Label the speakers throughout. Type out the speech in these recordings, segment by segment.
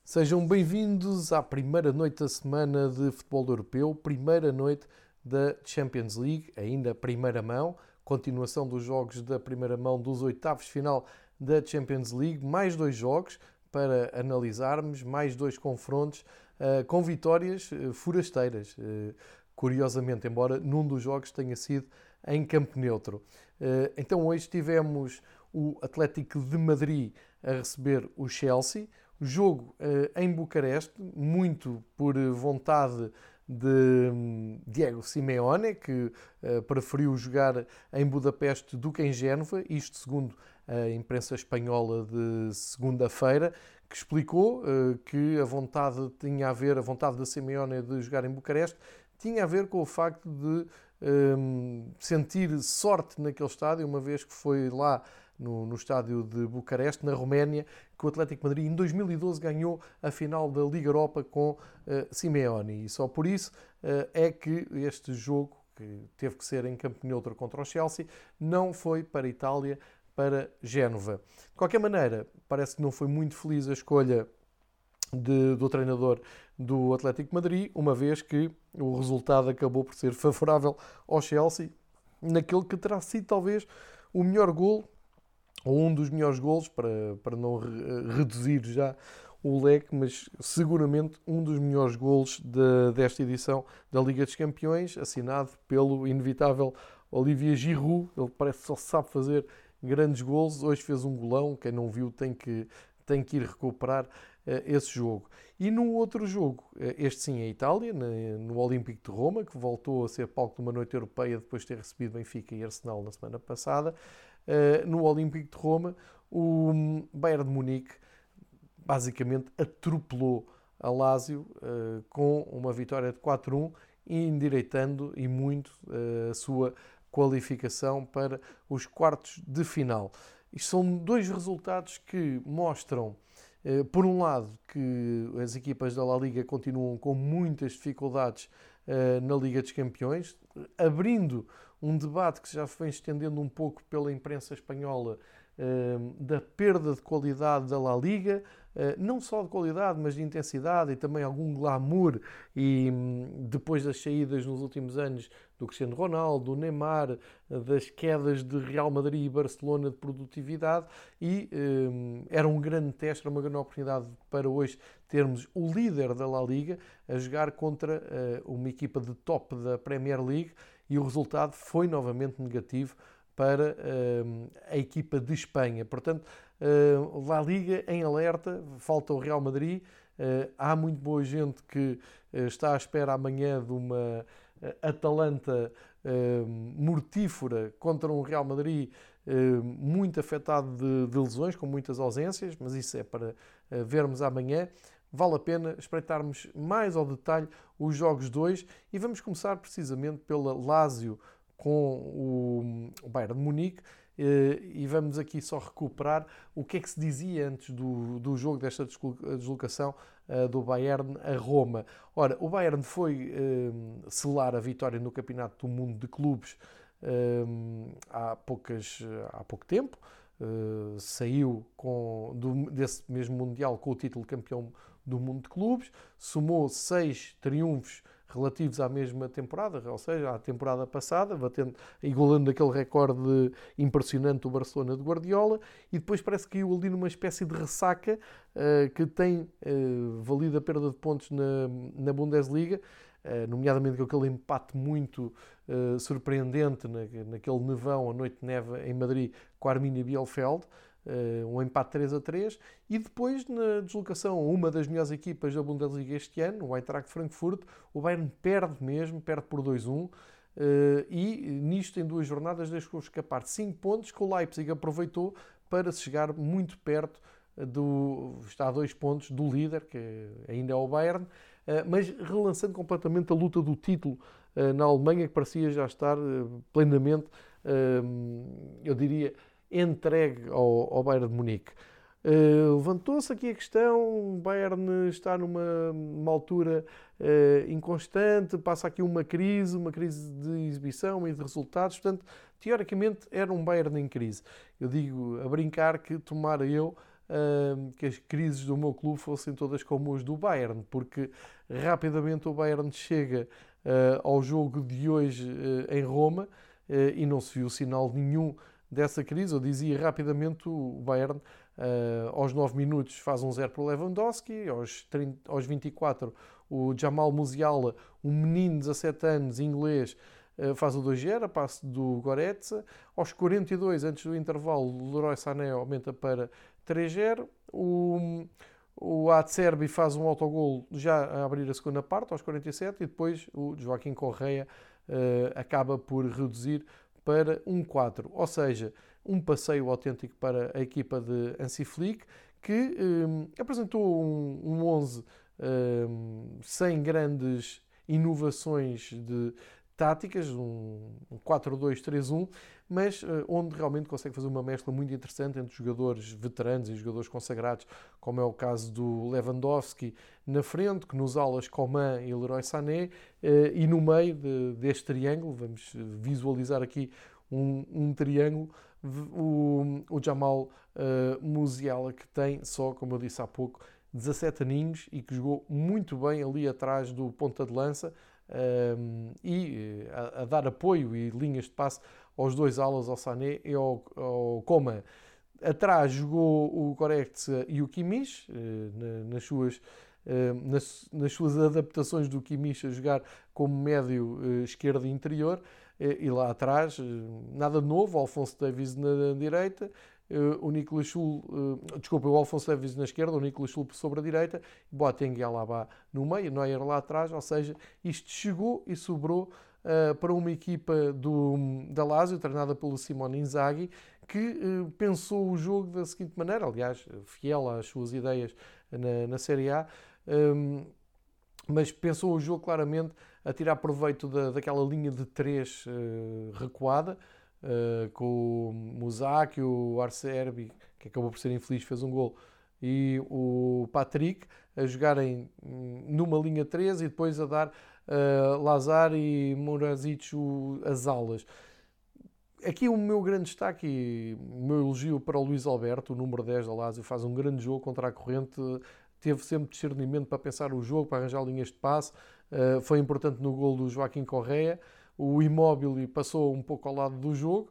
Speaker 1: Sejam bem-vindos à primeira noite da semana de futebol europeu, primeira noite da Champions League, ainda primeira mão, continuação dos jogos da primeira mão dos oitavos de final da Champions League, mais dois jogos para analisarmos, mais dois confrontos com vitórias forasteiras, curiosamente, embora num dos jogos tenha sido em campo neutro. Então hoje tivemos o Atlético de Madrid a receber o Chelsea, jogo em Bucareste, muito por vontade de Diego Simeone, que preferiu jogar em Budapeste do que em Génova, isto segundo a imprensa espanhola de segunda-feira, que explicou que a vontade tinha a ver, a vontade de Simeone de jogar em Bucareste, tinha a ver com o facto de sentir sorte naquele estádio, uma vez que foi lá no estádio de Bucareste, na Roménia, que o Atlético Madrid em 2012 ganhou a final da Liga Europa com Simeone. E só por isso é que este jogo, que teve que ser em campo neutro contra o Chelsea, não foi para a Itália, para Génova. De qualquer maneira, parece que não foi muito feliz a escolha do treinador do Atlético Madrid, uma vez que o resultado acabou por ser favorável ao Chelsea, naquele que terá sido talvez o melhor golo, ou um dos melhores golos, para não reduzir já o leque, mas seguramente um dos melhores golos desta edição da Liga dos Campeões, assinado pelo inevitável Olivier Giroud. Ele parece que só sabe fazer grandes golos. Hoje fez um golão, quem não viu tem que ir recuperar esse jogo. E no outro jogo, este sim, a Itália, no Olímpico de Roma, que voltou a ser palco de uma noite europeia depois de ter recebido Benfica e Arsenal na semana passada. No Olímpico de Roma, o Bayern de Munique basicamente atropelou a Lazio com uma vitória de 4-1, endireitando e muito a sua qualificação para os quartos de final. Isto são dois resultados que mostram, por um lado, que as equipas da La Liga continuam com muitas dificuldades na Liga dos Campeões, abrindo um debate que já se vem estendendo um pouco pela imprensa espanhola da perda de qualidade da La Liga, não só de qualidade, mas de intensidade e também algum glamour. E depois das saídas nos últimos anos do Cristiano Ronaldo, do Neymar, das quedas de Real Madrid e Barcelona de produtividade, e era um grande teste, era uma grande oportunidade para hoje termos o líder da La Liga a jogar contra uma equipa de top da Premier League, e o resultado foi novamente negativo para a equipa de Espanha. Portanto, La Liga em alerta, falta o Real Madrid. Há muito boa gente que está à espera amanhã de uma Atalanta mortífera contra um Real Madrid muito afetado de lesões, com muitas ausências, mas isso é para vermos amanhã. Vale a pena espreitarmos mais ao detalhe os jogos 2 e vamos começar precisamente pela Lazio com o Bayern de Munique, e vamos aqui só recuperar o que é que se dizia antes do jogo, desta deslocação do Bayern a Roma. Ora, o Bayern foi selar a vitória no Campeonato do Mundo de Clubes há pouco tempo. Saiu desse mesmo Mundial com o título de campeão do mundo de clubes, somou 6 triunfos relativos à mesma temporada, ou seja, à temporada passada, igualando aquele recorde impressionante do Barcelona de Guardiola, e depois parece que caiu ali numa espécie de ressaca que tem valido a perda de pontos na Bundesliga, nomeadamente com aquele empate muito surpreendente naquele nevão, a noite de neve em Madrid, com a Arminia Bielefeld, um empate 3-3, e depois na deslocação a uma das melhores equipas da Bundesliga este ano, o Eintracht Frankfurt, o Bayern perde por 2-1, e nisto em 2 jornadas deixou escapar 5 pontos que o Leipzig aproveitou para se chegar muito perto está a 2 pontos do líder, que ainda é o Bayern, mas relançando completamente a luta do título na Alemanha, que parecia já estar plenamente, eu diria, entregue ao Bayern de Munique. Levantou-se aqui a questão, o Bayern está numa altura inconstante, passa aqui uma crise de exibição e de resultados, portanto, teoricamente era um Bayern em crise. Eu digo a brincar que tomara eu que as crises do meu clube fossem todas como as do Bayern, porque rapidamente o Bayern chega ao jogo de hoje em Roma e não se viu sinal nenhum dessa crise. Eu dizia rapidamente o Bayern aos 9 minutos faz um 0 para o Lewandowski, aos 24 o Jamal Musiala, um menino de 17 anos, inglês, faz o 2-0, passe do Goretzka. Aos 42, antes do intervalo, o Leroy Sané aumenta para 3-0. O Acerbi faz um autogol já a abrir a segunda parte, aos 47, e depois o Joaquim Correia acaba por reduzir para 1-4. Ou seja, um passeio autêntico para a equipa de Hansi Flick, que apresentou um 11 sem grandes inovações de táticas, um 4-2-3-1, mas onde realmente consegue fazer uma mescla muito interessante entre jogadores veteranos e jogadores consagrados, como é o caso do Lewandowski na frente, que nos alas Coman e Leroy Sané, e no meio deste triângulo, vamos visualizar aqui um triângulo, o Jamal Musiala, que tem só, como eu disse há pouco, 17 aninhos e que jogou muito bem ali atrás do ponta de lança e a dar apoio e linhas de passe aos dois alas, ao Sané e ao Coman. Atrás jogou o Goretzka e o Kimmich, nas suas adaptações do Kimmich a jogar como médio esquerdo e interior, e lá atrás, nada de novo, o Alphonso Davies na direita, o Nicolas Schul, o Alphonso Davies na esquerda, o Nicolas Schul sobre a direita, Boateng e Alaba no meio, Neuer lá atrás, ou seja, isto chegou e sobrou para uma equipa da Lazio, treinada pelo Simone Inzaghi, que pensou o jogo da seguinte maneira, aliás, fiel às suas ideias na Série A, mas pensou o jogo claramente a tirar proveito daquela linha de 3 recuada, com o Musaki, o Acerbi, que acabou por ser infeliz, fez um gol, e o Patrick a jogarem numa linha 3 e depois a dar Lazar e Murazic as alas. Aqui o meu grande destaque e o meu elogio para o Luís Alberto, o número 10 da Lazio, faz um grande jogo contra a corrente, teve sempre discernimento para pensar o jogo, para arranjar linhas de passe, foi importante no gol do Joaquim Correia. O Immobile passou um pouco ao lado do jogo.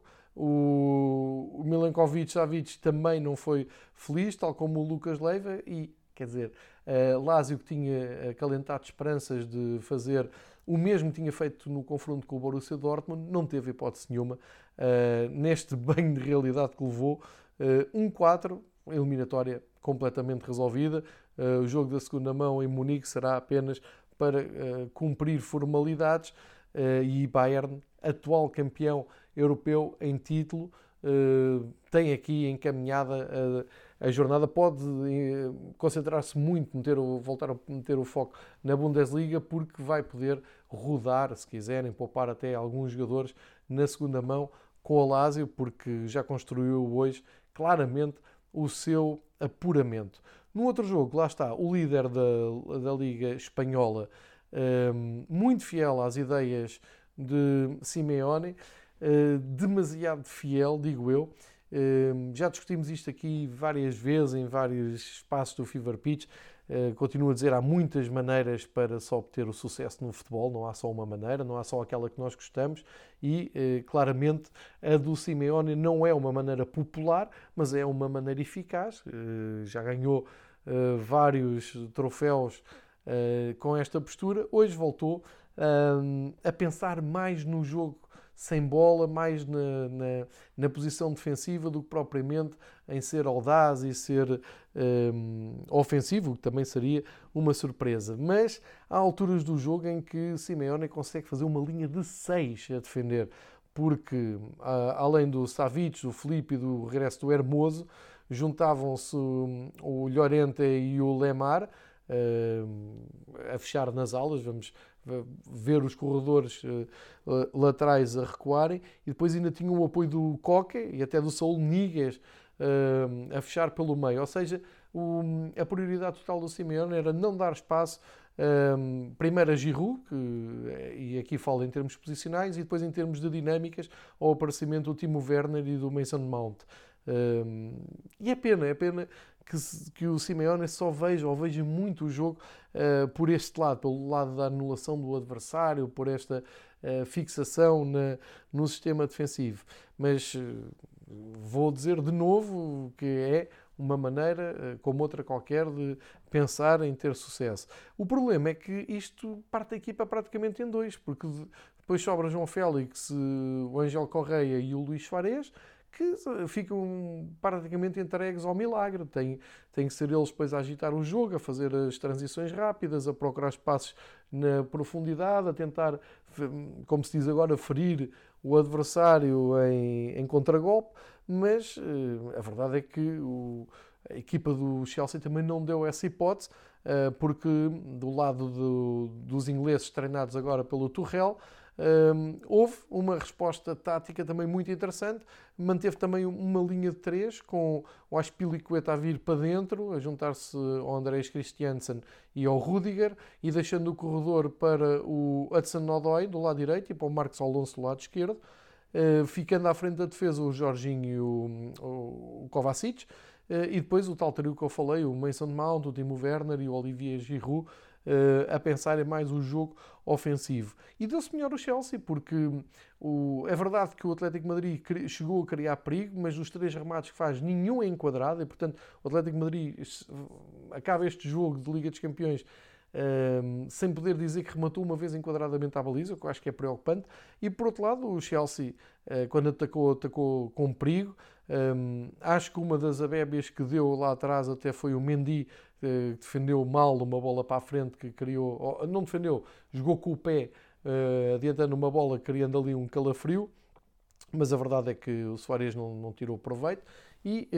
Speaker 1: O Milinkovic-Savic também não foi feliz, tal como o Lucas Leiva. E, quer dizer, Lazio, que tinha acalentado esperanças de fazer o mesmo que tinha feito no confronto com o Borussia Dortmund, não teve hipótese nenhuma neste banho de realidade que levou. 1-4, eliminatória completamente resolvida. O jogo da segunda mão em Munique será apenas para cumprir formalidades. E Bayern, atual campeão europeu em título, tem aqui encaminhada a jornada. Pode concentrar-se muito, voltar a meter o foco na Bundesliga, porque vai poder rodar, se quiserem, poupar até alguns jogadores na segunda mão com a Lazio, porque já construiu hoje claramente o seu apuramento. No outro jogo, lá está, o líder da Liga Espanhola, muito fiel às ideias de Simeone, demasiado fiel, digo eu. Já discutimos isto aqui várias vezes em vários espaços do Fever Pitch. Continuo a dizer, há muitas maneiras para se obter o sucesso no futebol, não há só uma maneira, não há só aquela que nós gostamos e claramente a do Simeone não é uma maneira popular, mas é uma maneira eficaz. Já ganhou vários troféus com esta postura. Hoje voltou a pensar mais no jogo sem bola, mais na posição defensiva do que propriamente em ser audaz e ser ofensivo, que também seria uma surpresa. Mas há alturas do jogo em que Simeone consegue fazer uma linha de 6 a defender, porque além do Savic, do Felipe e do regresso do Hermoso, juntavam-se o Llorente e o Lemar a fechar nas alas. Vamos ver os corredores laterais a recuarem, e depois ainda tinha o apoio do Koke e até do Saúl Níguez a fechar pelo meio. Ou seja, a prioridade total do Simeone era não dar espaço primeiro a Giroud, e aqui falo em termos posicionais, e depois em termos de dinâmicas ao aparecimento do Timo Werner e do Mason Mount. E é pena que o Simeone só veja muito o jogo por este lado, pelo lado da anulação do adversário, por esta fixação no sistema defensivo. Mas vou dizer de novo que é uma maneira, como outra qualquer, de pensar em ter sucesso. O problema é que isto parte a equipa praticamente em dois, porque depois sobra João Félix, o Ángel Correia e o Luís Suárez, que ficam praticamente entregues ao milagre. Tem que ser eles depois a agitar o jogo, a fazer as transições rápidas, a procurar espaços na profundidade, a tentar, como se diz agora, ferir o adversário em contragolpe, mas a verdade é que a equipa do Chelsea também não deu essa hipótese, porque do lado dos ingleses treinados agora pelo Tuchel, houve uma resposta tática também muito interessante. Manteve também uma linha de 3 com o Azpilicueta a vir para dentro, a juntar-se ao Andreas Christiansen e ao Rudiger, e deixando o corredor para o Hudson-Odoi do lado direito e para o Marcos Alonso do lado esquerdo, ficando à frente da defesa o Jorginho e o Kovacic, e depois o tal trio que eu falei, o Mason Mount, o Timo Werner e o Olivier Giroud, a pensar em mais o jogo ofensivo. E deu-se melhor o Chelsea, porque é verdade que o Atlético de Madrid chegou a criar perigo, mas dos 3 remates que faz, nenhum é enquadrado, e portanto o Atlético de Madrid acaba este jogo de Liga dos Campeões sem poder dizer que rematou uma vez enquadradamente à baliza, o que eu acho que é preocupante. E por outro lado, o Chelsea, quando atacou com perigo. Acho que uma das abébias que deu lá atrás até foi o Mendy, que defendeu mal uma bola para a frente, que criou, não defendeu, jogou com o pé, adiantando uma bola, criando ali um calafrio, mas a verdade é que o Suárez não tirou proveito. E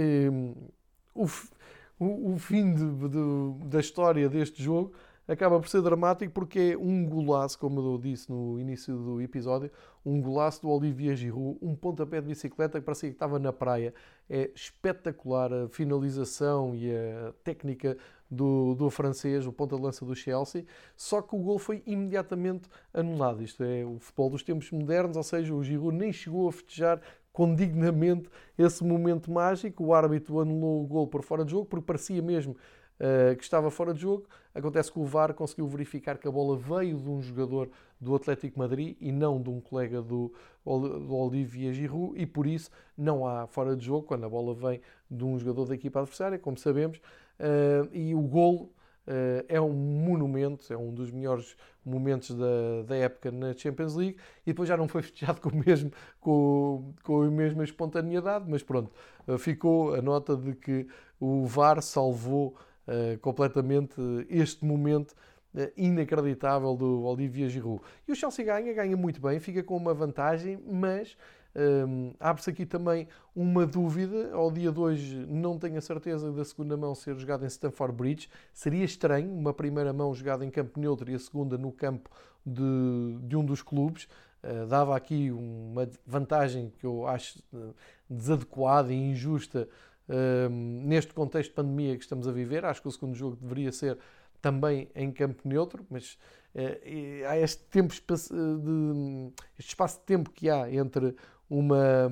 Speaker 1: o fim da história deste jogo acaba por ser dramático, porque é um golaço, como eu disse no início do episódio, um golaço do Olivier Giroud, um pontapé de bicicleta que parecia que estava na praia. É espetacular a finalização e a técnica do francês, o ponta de lança do Chelsea, só que o gol foi imediatamente anulado. Isto é o futebol dos tempos modernos, ou seja, o Giroud nem chegou a festejar condignamente esse momento mágico. O árbitro anulou o gol por fora de jogo, porque parecia mesmo que estava fora de jogo. Acontece que o VAR conseguiu verificar que a bola veio de um jogador do Atlético de Madrid e não de um colega do Olivier Giroud, e por isso não há fora de jogo quando a bola vem de um jogador da equipa adversária, como sabemos. E o golo é um monumento, é um dos melhores momentos da época na Champions League, e depois já não foi festejado com a mesma espontaneidade, mas pronto, ficou a nota de que o VAR salvou completamente este momento inacreditável do Olivier Giroud. E o Chelsea ganha muito bem, fica com uma vantagem, mas abre-se aqui também uma dúvida. Ao dia de hoje não tenho a certeza da segunda mão ser jogada em Stamford Bridge. Seria estranho uma primeira mão jogada em campo neutro e a segunda no campo de um dos clubes. Dava aqui uma vantagem que eu acho desadequada e injusta neste contexto de pandemia que estamos a viver. Acho que o segundo jogo deveria ser também em campo neutro, mas há este espaço de tempo que há entre uma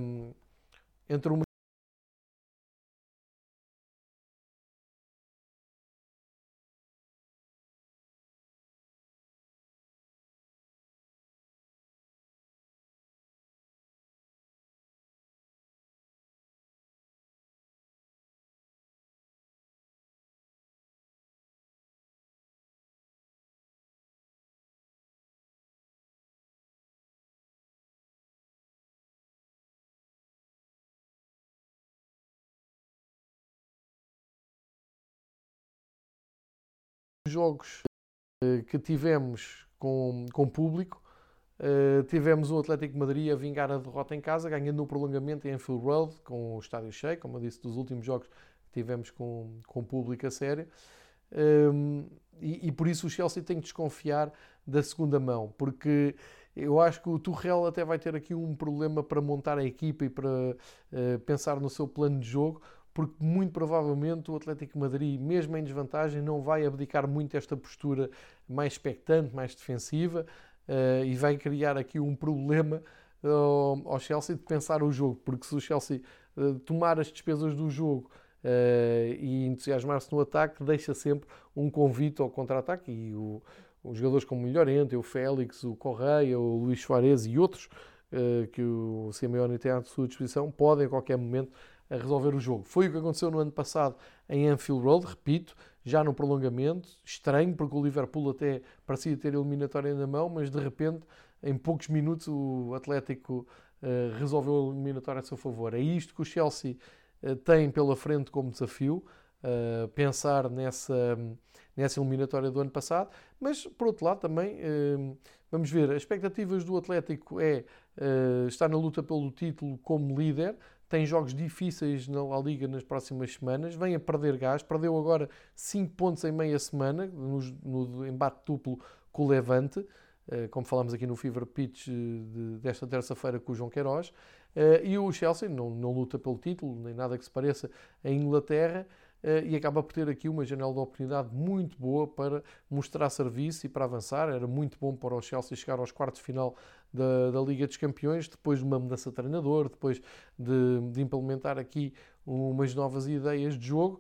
Speaker 1: jogos que tivemos com público. Tivemos o Atlético de Madrid a vingar a derrota em casa, ganhando no prolongamento em Anfield Road, com o estádio cheio, como eu disse, dos últimos jogos que tivemos com público a sério. E por isso o Chelsea tem que desconfiar da segunda mão, porque eu acho que o Tuchel até vai ter aqui um problema para montar a equipa e para pensar no seu plano de jogo, porque muito provavelmente o Atlético de Madrid, mesmo em desvantagem, não vai abdicar muito esta postura mais expectante, mais defensiva, e vai criar aqui um problema ao Chelsea de pensar o jogo, porque se o Chelsea tomar as despesas do jogo e entusiasmar-se no ataque, deixa sempre um convite ao contra-ataque, e os jogadores como o Llorente, o Félix, o Correia, o Luís Suárez e outros que o Simeone tem à sua disposição, podem a qualquer momento a resolver o jogo. Foi o que aconteceu no ano passado em Anfield Road, repito, já no prolongamento, estranho, porque o Liverpool até parecia ter a eliminatória na mão, mas de repente, em poucos minutos, o Atlético resolveu a eliminatória a seu favor. É isto que o Chelsea tem pela frente como desafio, pensar nessa eliminatória do ano passado, mas por outro lado também, vamos ver, as expectativas do Atlético estar na luta pelo título como líder. Tem jogos difíceis na La Liga nas próximas semanas, vem a perder gás, perdeu agora 5 pontos em meia semana, no embate duplo com o Levante, como falámos aqui no Fever Pitch desta terça-feira com o João Queiroz, e o Chelsea não luta pelo título, nem nada que se pareça, em Inglaterra, e acaba por ter aqui uma janela de oportunidade muito boa para mostrar serviço e para avançar. Era muito bom para o Chelsea chegar aos quartos de final da Liga dos Campeões, depois de uma mudança de treinador, depois de implementar aqui umas novas ideias de jogo,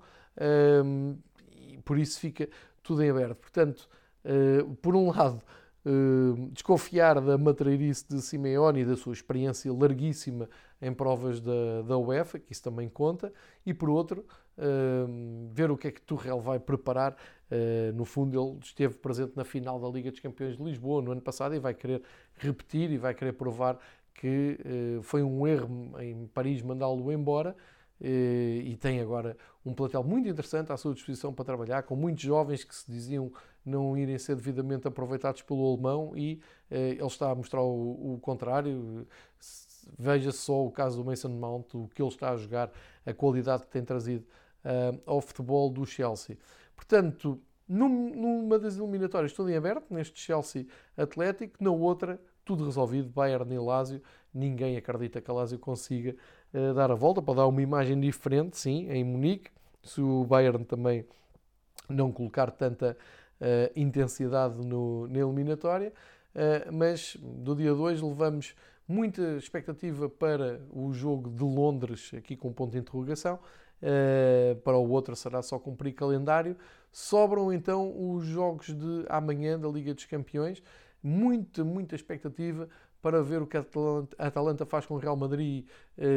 Speaker 1: e por isso fica tudo em aberto. Portanto, por um lado, desconfiar da matreirice de Simeone e da sua experiência larguíssima em provas da UEFA, que isso também conta, e por outro, ver o que é que Tuchel vai preparar. No fundo, ele esteve presente na final da Liga dos Campeões de Lisboa no ano passado e vai querer repetir e vai querer provar que foi um erro em Paris mandá-lo embora, e tem agora um plantel muito interessante à sua disposição para trabalhar, com muitos jovens que se diziam não irem ser devidamente aproveitados pelo alemão, e ele está a mostrar o contrário. Veja só o caso do Mason Mount, o que ele está a jogar, a qualidade que tem trazido ao futebol do Chelsea. Portanto, numa das eliminatórias tudo em aberto, neste Chelsea Atlético, na outra tudo resolvido, Bayern e Lazio. Ninguém acredita que a Lazio consiga dar a volta, para dar uma imagem diferente, sim, em Munique, se o Bayern também não colocar tanta intensidade na eliminatória, mas do dia 2 levamos muita expectativa para o jogo de Londres, aqui com ponto de interrogação. Para o outro será só cumprir calendário. Sobram então os jogos de amanhã da Liga dos Campeões. Muita expectativa para ver o que a Atalanta faz com o Real Madrid,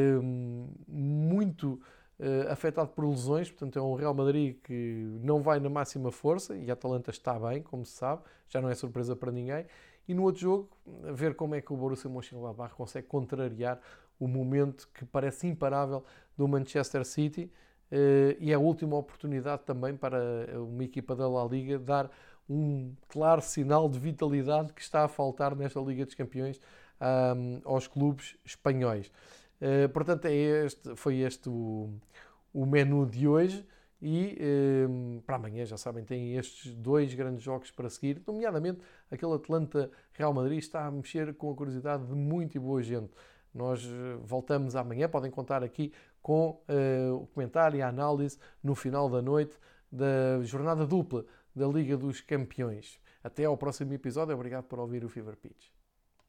Speaker 1: muito afetado por lesões. Portanto, é um Real Madrid que não vai na máxima força, e a Atalanta está bem, como se sabe, já não é surpresa para ninguém. E no outro jogo, ver como é que o Borussia Mönchengladbach consegue contrariar o momento que parece imparável do Manchester City, e é a última oportunidade também para uma equipa da La Liga dar um claro sinal de vitalidade que está a faltar nesta Liga dos Campeões aos clubes espanhóis. Portanto, foi este o menu de hoje, e para amanhã, já sabem, tem estes dois grandes jogos para seguir, nomeadamente aquele Atlanta-Real Madrid está a mexer com a curiosidade de muito e boa gente. Nós voltamos amanhã, podem contar aqui com o comentário e a análise no final da noite da jornada dupla da Liga dos Campeões. Até ao próximo episódio, obrigado por ouvir o Fever Pitch.